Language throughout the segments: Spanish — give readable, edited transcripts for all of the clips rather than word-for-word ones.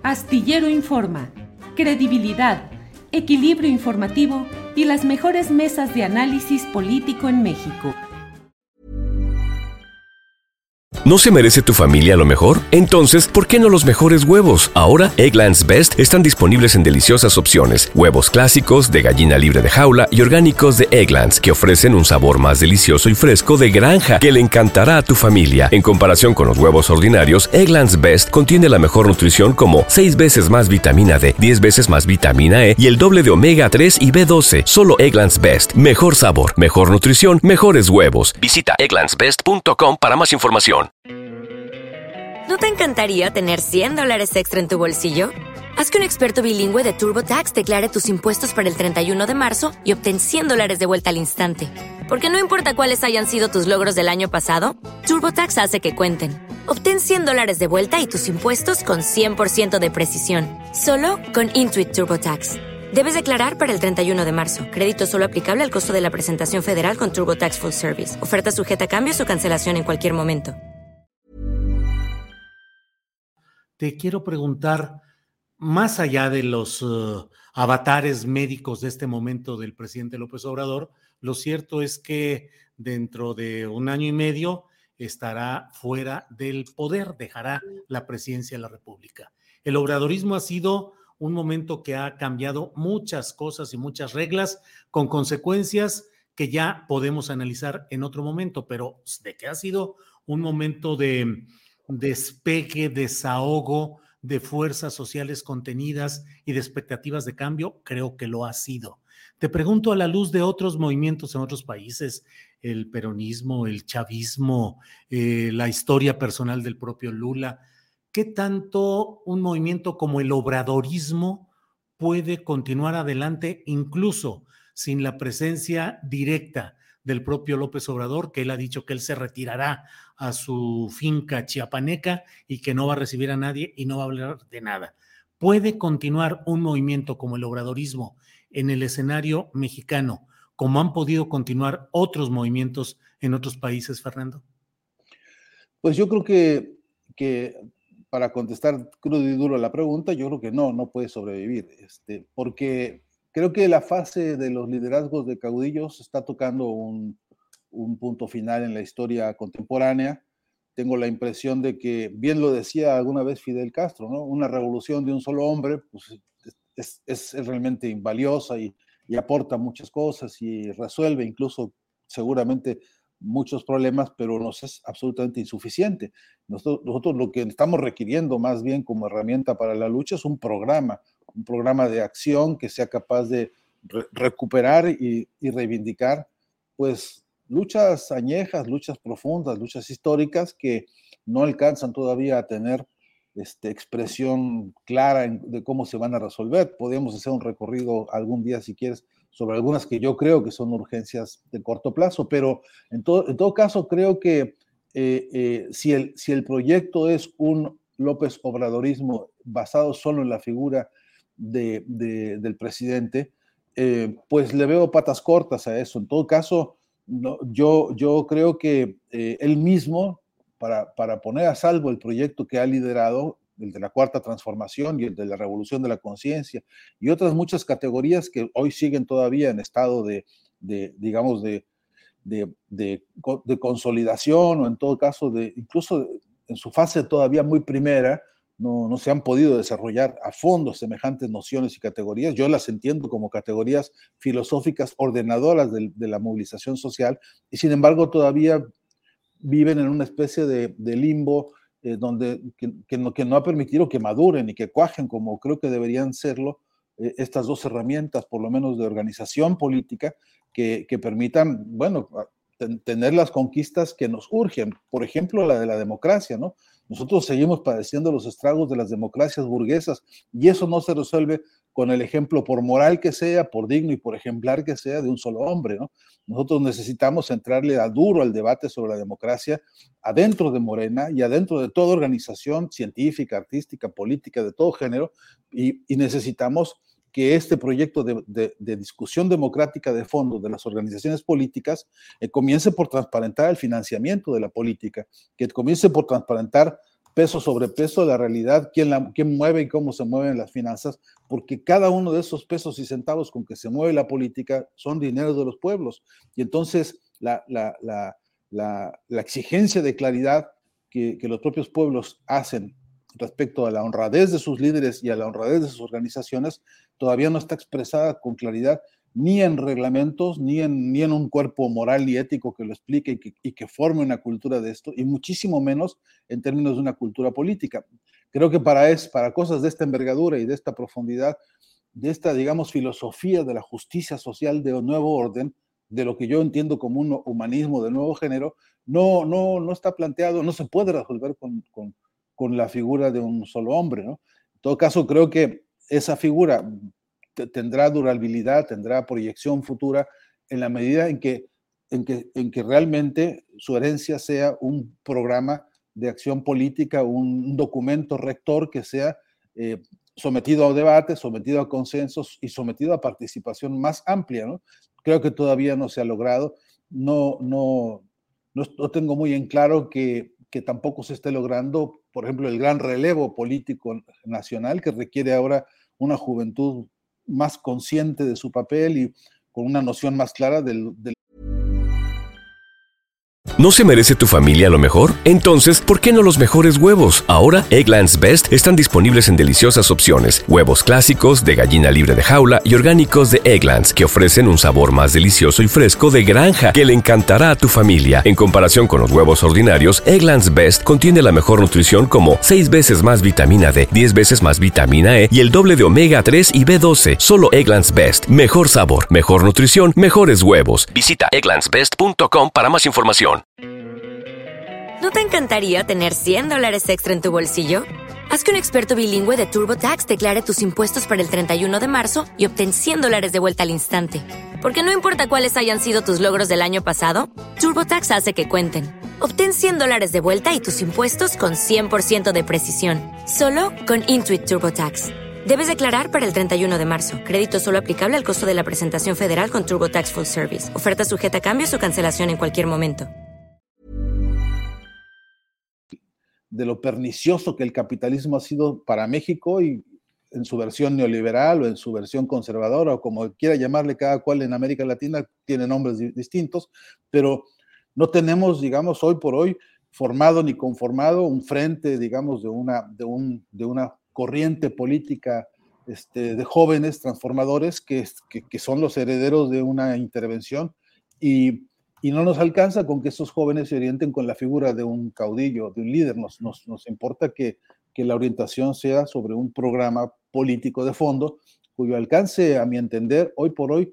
Astillero Informa, credibilidad, equilibrio informativo y las mejores mesas de análisis político en México. ¿No se merece tu familia lo mejor? Entonces, ¿por qué no los mejores huevos? Ahora, Eggland's Best están disponibles en deliciosas opciones. Huevos clásicos, de gallina libre de jaula y orgánicos de Eggland's, que ofrecen un sabor más delicioso y fresco de granja que le encantará a tu familia. En comparación con los huevos ordinarios, Eggland's Best contiene la mejor nutrición como 6 veces más vitamina D, 10 veces más vitamina E y el doble de omega 3 y B12. Solo Eggland's Best. Mejor sabor, mejor nutrición, mejores huevos. Visita egglandsbest.com para más información. ¿No te encantaría tener $100 extra en tu bolsillo? Haz que un experto bilingüe de TurboTax declare tus impuestos para el 31 de marzo y obtén $100 de vuelta al instante. Porque no importa cuáles hayan sido tus logros del año pasado, TurboTax hace que cuenten. Obtén $100 de vuelta y tus impuestos con 100% de precisión. Solo con Intuit TurboTax. Debes declarar para el 31 de marzo. Crédito solo aplicable al costo de la presentación federal con TurboTax Full Service. Oferta sujeta a cambios o cancelación en cualquier momento. Te quiero preguntar, más allá de los avatares médicos de este momento del presidente López Obrador, lo cierto es que dentro de un año y medio estará fuera del poder, dejará la presidencia de la República. El obradorismo ha sido un momento que ha cambiado muchas cosas y muchas reglas, con consecuencias que ya podemos analizar en otro momento, pero de que ha sido un momento de despegue, desahogo de fuerzas sociales contenidas y de expectativas de cambio, creo que lo ha sido. Te pregunto, a la luz de otros movimientos en otros países, el peronismo, el chavismo, la historia personal del propio Lula, ¿qué tanto un movimiento como el obradorismo puede continuar adelante incluso sin la presencia directa del propio López Obrador, que él ha dicho que él se retirará a su finca chiapaneca y que no va a recibir a nadie y no va a hablar de nada? ¿Puede continuar un movimiento como el obradorismo en el escenario mexicano, como han podido continuar otros movimientos en otros países, Fernando? Pues yo creo que para contestar crudo y duro a la pregunta, yo creo que no puede sobrevivir, porque creo que la fase de los liderazgos de caudillos está tocando un punto final en la historia contemporánea. Tengo la impresión de que, bien lo decía alguna vez Fidel Castro, ¿no? Una revolución de un solo hombre pues, es realmente invaliosa y aporta muchas cosas y resuelve incluso seguramente muchos problemas, pero nos es absolutamente insuficiente. Nosotros lo que estamos requiriendo más bien como herramienta para la lucha es un programa de acción que sea capaz de recuperar y reivindicar pues luchas añejas, luchas profundas, luchas históricas que no alcanzan todavía a tener expresión clara de cómo se van a resolver. Podemos hacer un recorrido algún día, si quieres, sobre algunas que yo creo que son urgencias de corto plazo, pero en todo caso creo que si el proyecto es un López Obradorismo basado solo en la figura del presidente, pues le veo patas cortas a eso. En todo caso, no, yo creo que él mismo, para poner a salvo el proyecto que ha liderado, el de la Cuarta Transformación y el de la Revolución de la Conciencia, y otras muchas categorías que hoy siguen todavía en estado digamos, de consolidación, o en todo caso, incluso en su fase todavía muy primera, no se han podido desarrollar a fondo semejantes nociones y categorías. Yo las entiendo como categorías filosóficas ordenadoras de la movilización social, y sin embargo todavía viven en una especie de limbo donde que no ha permitido que maduren y que cuajen como creo que deberían serlo estas dos herramientas, por lo menos de organización política, que permitan, bueno, tener las conquistas que nos urgen. Por ejemplo, la de la democracia, ¿no? Nosotros seguimos padeciendo los estragos de las democracias burguesas y eso no se resuelve con el ejemplo, por moral que sea, por digno y por ejemplar que sea, de un solo hombre, ¿no? Nosotros necesitamos entrarle a duro al debate sobre la democracia adentro de Morena y adentro de toda organización científica, artística, política, de todo género, y necesitamos que este proyecto de discusión democrática de fondo de las organizaciones políticas comience por transparentar el financiamiento de la política, que comience por transparentar peso sobre peso la realidad, quién mueve y cómo se mueven las finanzas, porque cada uno de esos pesos y centavos con que se mueve la política son dineros de los pueblos. Y entonces la exigencia de claridad que los propios pueblos hacen respecto a la honradez de sus líderes y a la honradez de sus organizaciones todavía no está expresada con claridad ni en reglamentos, ni en un cuerpo moral y ético que lo explique y que forme una cultura de esto, y muchísimo menos en términos de una cultura política. Creo que para cosas de esta envergadura y de esta profundidad, de esta, digamos, filosofía de la justicia social de un nuevo orden, de lo que yo entiendo como un humanismo de nuevo género, no está planteado, no se puede resolver con la figura de un solo hombre, ¿no? En todo caso, creo que esa figura tendrá durabilidad, tendrá proyección futura en la medida en que realmente su herencia sea un programa de acción política, un documento rector que sea sometido a debate, sometido a consensos y sometido a participación más amplia, ¿no? Creo que todavía no se ha logrado. No tengo muy en claro que tampoco se esté logrando, por ejemplo, el gran relevo político nacional que requiere ahora una juventud más consciente de su papel y con una noción más clara del ¿No se merece tu familia lo mejor? Entonces, ¿por qué no los mejores huevos? Ahora, Eggland's Best están disponibles en deliciosas opciones. Huevos clásicos, de gallina libre de jaula y orgánicos de Eggland's, que ofrecen un sabor más delicioso y fresco de granja que le encantará a tu familia. En comparación con los huevos ordinarios, Eggland's Best contiene la mejor nutrición como 6 veces más vitamina D, 10 veces más vitamina E y el doble de omega 3 y B12. Solo Eggland's Best. Mejor sabor, mejor nutrición, mejores huevos. Visita egglandsbest.com para más información. ¿No te encantaría tener $100 extra en tu bolsillo? Haz que un experto bilingüe de TurboTax declare tus impuestos para el 31 de marzo y obtén $100 de vuelta al instante. Porque no importa cuáles hayan sido tus logros del año pasado, TurboTax hace que cuenten. Obtén $100 de vuelta y tus impuestos con 100% de precisión. Solo con Intuit TurboTax. Debes declarar para el 31 de marzo. Crédito solo aplicable al costo de la presentación federal con TurboTax Full Service. Oferta sujeta a cambios o cancelación en cualquier momento. De lo pernicioso que el capitalismo ha sido para México y en su versión neoliberal o en su versión conservadora o como quiera llamarle cada cual en América Latina, tiene nombres distintos, pero no tenemos, digamos, hoy por hoy formado ni conformado un frente, digamos, de una corriente política de jóvenes transformadores que son los herederos de una intervención y no nos alcanza con que esos jóvenes se orienten con la figura de un caudillo, de un líder. Nos importa que la orientación sea sobre un programa político de fondo, cuyo alcance, a mi entender, hoy por hoy,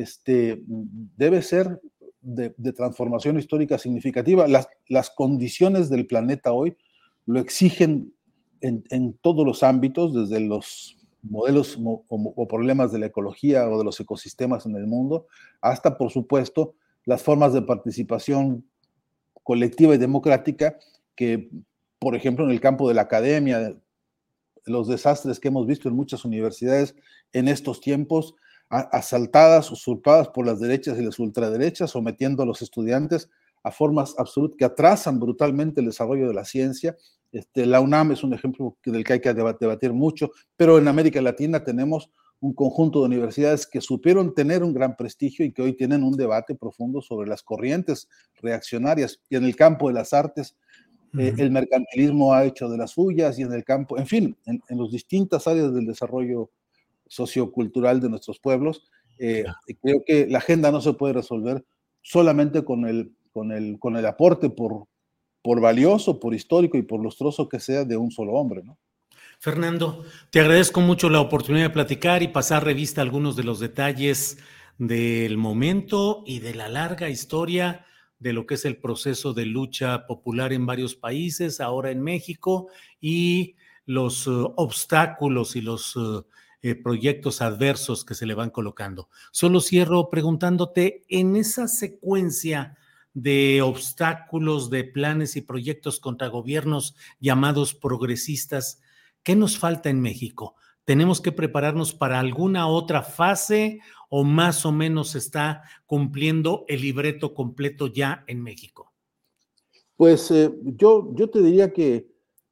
debe ser de transformación histórica significativa. Las condiciones del planeta hoy lo exigen en todos los ámbitos, desde los modelos o problemas de la ecología o de los ecosistemas en el mundo, hasta, por supuesto, las formas de participación colectiva y democrática que, por ejemplo, en el campo de la academia, los desastres que hemos visto en muchas universidades en estos tiempos, asaltadas, usurpadas por las derechas y las ultraderechas, sometiendo a los estudiantes a formas absolutas que atrasan brutalmente el desarrollo de la ciencia. La UNAM es un ejemplo del que hay que debatir mucho, pero en América Latina tenemos un conjunto de universidades que supieron tener un gran prestigio y que hoy tienen un debate profundo sobre las corrientes reaccionarias. Y en el campo de las artes, el mercantilismo ha hecho de las suyas, y en el campo, en fin, en las distintas áreas del desarrollo sociocultural de nuestros pueblos, creo que la agenda no se puede resolver solamente con el aporte por valioso, por histórico y por lustroso que sea de un solo hombre, ¿no? Fernando, te agradezco mucho la oportunidad de platicar y pasar revista a algunos de los detalles del momento y de la larga historia de lo que es el proceso de lucha popular en varios países, ahora en México, y los obstáculos y los proyectos adversos que se le van colocando. Solo cierro preguntándote, en esa secuencia de obstáculos, de planes y proyectos contra gobiernos llamados progresistas, ¿qué nos falta en México? ¿Tenemos que prepararnos para alguna otra fase o más o menos se está cumpliendo el libreto completo ya en México? Pues yo te diría que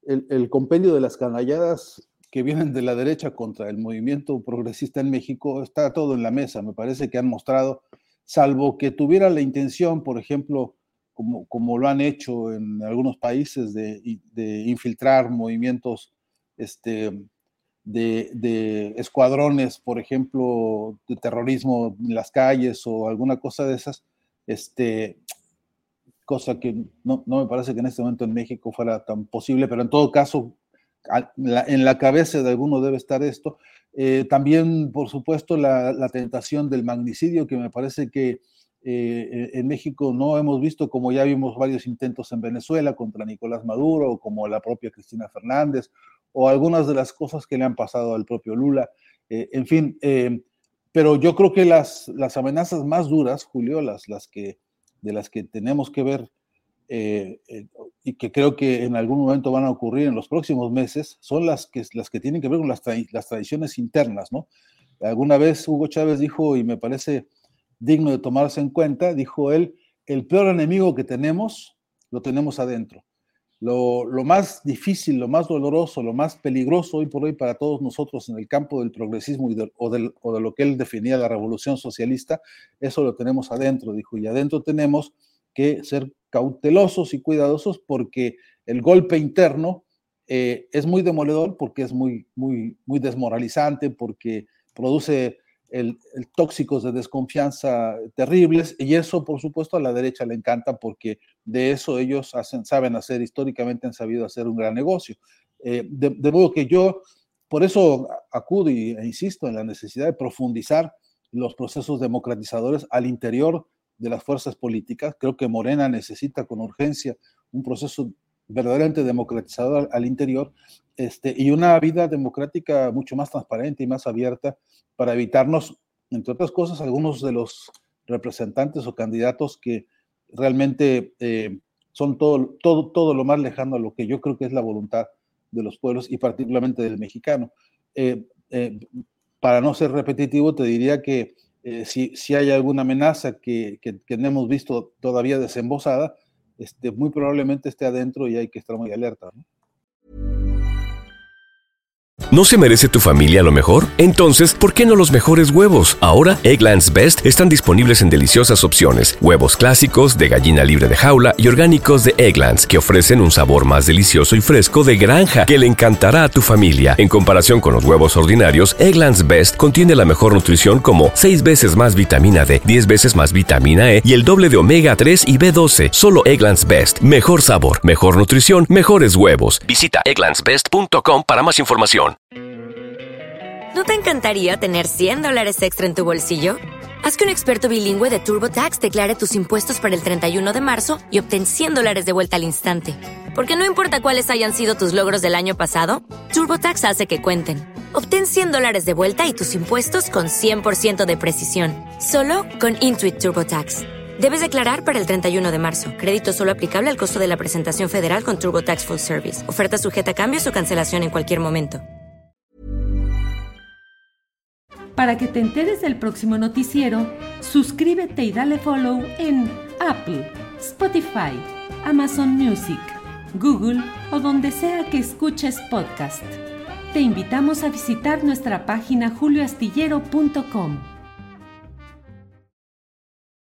el compendio de las canalladas que vienen de la derecha contra el movimiento progresista en México está todo en la mesa. Me parece que han mostrado, salvo que tuvieran la intención, por ejemplo, como lo han hecho en algunos países, de infiltrar movimientos de escuadrones, por ejemplo, de terrorismo en las calles o alguna cosa de esas, cosa que no me parece que en este momento en México fuera tan posible, pero en todo caso, en la cabeza de alguno debe estar esto. También, por supuesto, la tentación del magnicidio, que me parece que en México no hemos visto, como ya vimos varios intentos en Venezuela contra Nicolás Maduro, o como la propia Cristina Fernández, o algunas de las cosas que le han pasado al propio Lula. En fin, pero yo creo que las amenazas más duras, Julio, de las que tenemos que ver y que creo que en algún momento van a ocurrir en los próximos meses, son las que tienen que ver con las tradiciones internas, ¿no? Alguna vez Hugo Chávez dijo, y me parece digno de tomarse en cuenta, dijo él, el peor enemigo que tenemos, lo tenemos adentro. Lo más difícil, lo más doloroso, lo más peligroso hoy por hoy para todos nosotros en el campo del progresismo o de lo que él definía la revolución socialista, eso lo tenemos adentro, dijo, y adentro tenemos que ser cautelosos y cuidadosos porque el golpe interno es muy demoledor, porque es muy, muy, muy desmoralizante, porque produce tóxicos de desconfianza terribles, y eso, por supuesto, a la derecha le encanta, porque de eso ellos históricamente han sabido hacer un gran negocio. De modo que yo, por eso acudo e insisto en la necesidad de profundizar los procesos democratizadores al interior de las fuerzas políticas. Creo que Morena necesita con urgencia un proceso verdaderamente democratizador al interior, y una vida democrática mucho más transparente y más abierta, para evitarnos, entre otras cosas, algunos de los representantes o candidatos que realmente son todo lo más lejano a lo que yo creo que es la voluntad de los pueblos y particularmente del mexicano. Para no ser repetitivo, te diría que si hay alguna amenaza que no hemos visto todavía desembosada, muy probablemente esté adentro y hay que estar muy alerta, ¿no? ¿No se merece tu familia lo mejor? Entonces, ¿por qué no los mejores huevos? Ahora, Eggland's Best están disponibles en deliciosas opciones. Huevos clásicos, de gallina libre de jaula y orgánicos de Eggland's, que ofrecen un sabor más delicioso y fresco de granja, que le encantará a tu familia. En comparación con los huevos ordinarios, Eggland's Best contiene la mejor nutrición, como 6 veces más vitamina D, 10 veces más vitamina E y el doble de omega 3 y B12. Solo Eggland's Best. Mejor sabor, mejor nutrición, mejores huevos. Visita egglandsbest.com para más información. ¿No te encantaría tener $100 extra en tu bolsillo? Haz que un experto bilingüe de TurboTax declare tus impuestos para el 31 de marzo y obtén $100 de vuelta al instante. Porque no importa cuáles hayan sido tus logros del año pasado, TurboTax hace que cuenten. Obtén $100 de vuelta y tus impuestos con 100% de precisión. Solo con Intuit TurboTax. Debes declarar para el 31 de marzo. Crédito solo aplicable al costo de la presentación federal con TurboTax Full Service. Oferta sujeta a cambios o cancelación en cualquier momento. Para que te enteres del próximo noticiero, suscríbete y dale follow en Apple, Spotify, Amazon Music, Google o donde sea que escuches podcast. Te invitamos a visitar nuestra página julioastillero.com.